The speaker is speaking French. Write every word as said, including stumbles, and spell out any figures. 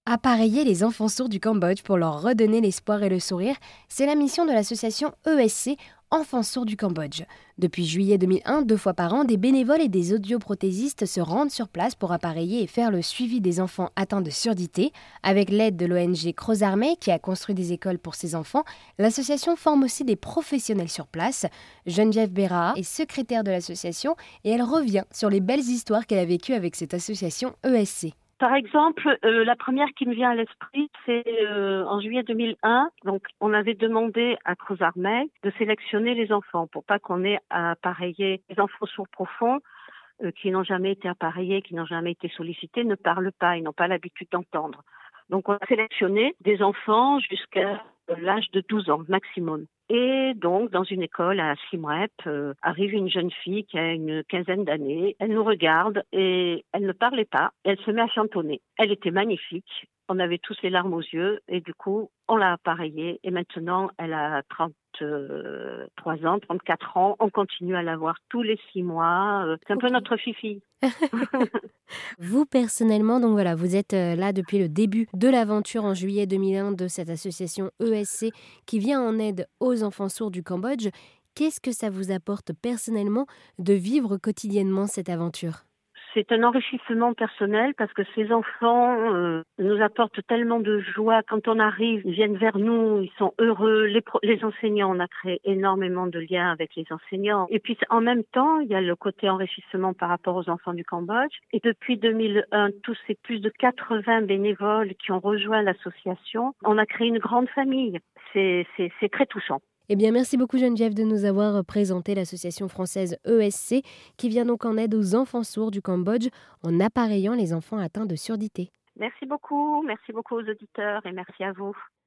Appareiller les enfants sourds du Cambodge pour leur redonner l'espoir et le sourire, c'est la mission de l'association E S C Enfants sourds du Cambodge. Depuis juillet deux mille un, deux fois par an, des bénévoles et des audioprothésistes se rendent sur place pour appareiller et faire le suivi des enfants atteints de surdité. Avec l'aide de l'O N G Croz Armée, qui a construit des écoles pour ces enfants, l'association forme aussi des professionnels sur place. Geneviève Béraha est secrétaire de l'association et elle revient sur les belles histoires qu'elle a vécues avec cette association E S C. Par exemple, euh, la première qui me vient à l'esprit, c'est euh, en juillet deux mille un. Donc, on avait demandé à Croz Armée de sélectionner les enfants pour pas qu'on ait à appareiller les enfants sourds profonds euh, qui n'ont jamais été appareillés, qui n'ont jamais été sollicités, ne parlent pas, ils n'ont pas l'habitude d'entendre. Donc, on a sélectionné des enfants jusqu'à l'âge de douze ans maximum. Et donc, dans une école à Siem Reap, euh, arrive une jeune fille qui a une quinzaine d'années. Elle nous regarde et elle ne parlait pas. Elle se met à chantonner. Elle était magnifique. On avait tous les larmes aux yeux et du coup, on l'a appareillée. Et maintenant, elle a trente-trois ans, trente-quatre ans. On continue à la voir tous les six mois. C'est un peu notre fifi. Vous, personnellement, donc voilà, vous êtes là depuis le début de l'aventure en juillet deux mille un de cette association E S C qui vient en aide aux enfants sourds du Cambodge. Qu'est-ce que ça vous apporte personnellement de vivre quotidiennement cette aventure ? C'est un enrichissement personnel parce que ces enfants euh, nous apportent tellement de joie. Quand on arrive, ils viennent vers nous, ils sont heureux. Les, pro- les enseignants, on a créé énormément de liens avec les enseignants. Et puis en même temps, il y a le côté enrichissement par rapport aux enfants du Cambodge. Et depuis deux mille un, tous ces plus de quatre-vingts bénévoles qui ont rejoint l'association, on a créé une grande famille. C'est, c'est, c'est très touchant. Eh bien, merci beaucoup Geneviève de nous avoir présenté l'association française E S C qui vient donc en aide aux enfants sourds du Cambodge en appareillant les enfants atteints de surdité. Merci beaucoup, merci beaucoup aux auditeurs et merci à vous.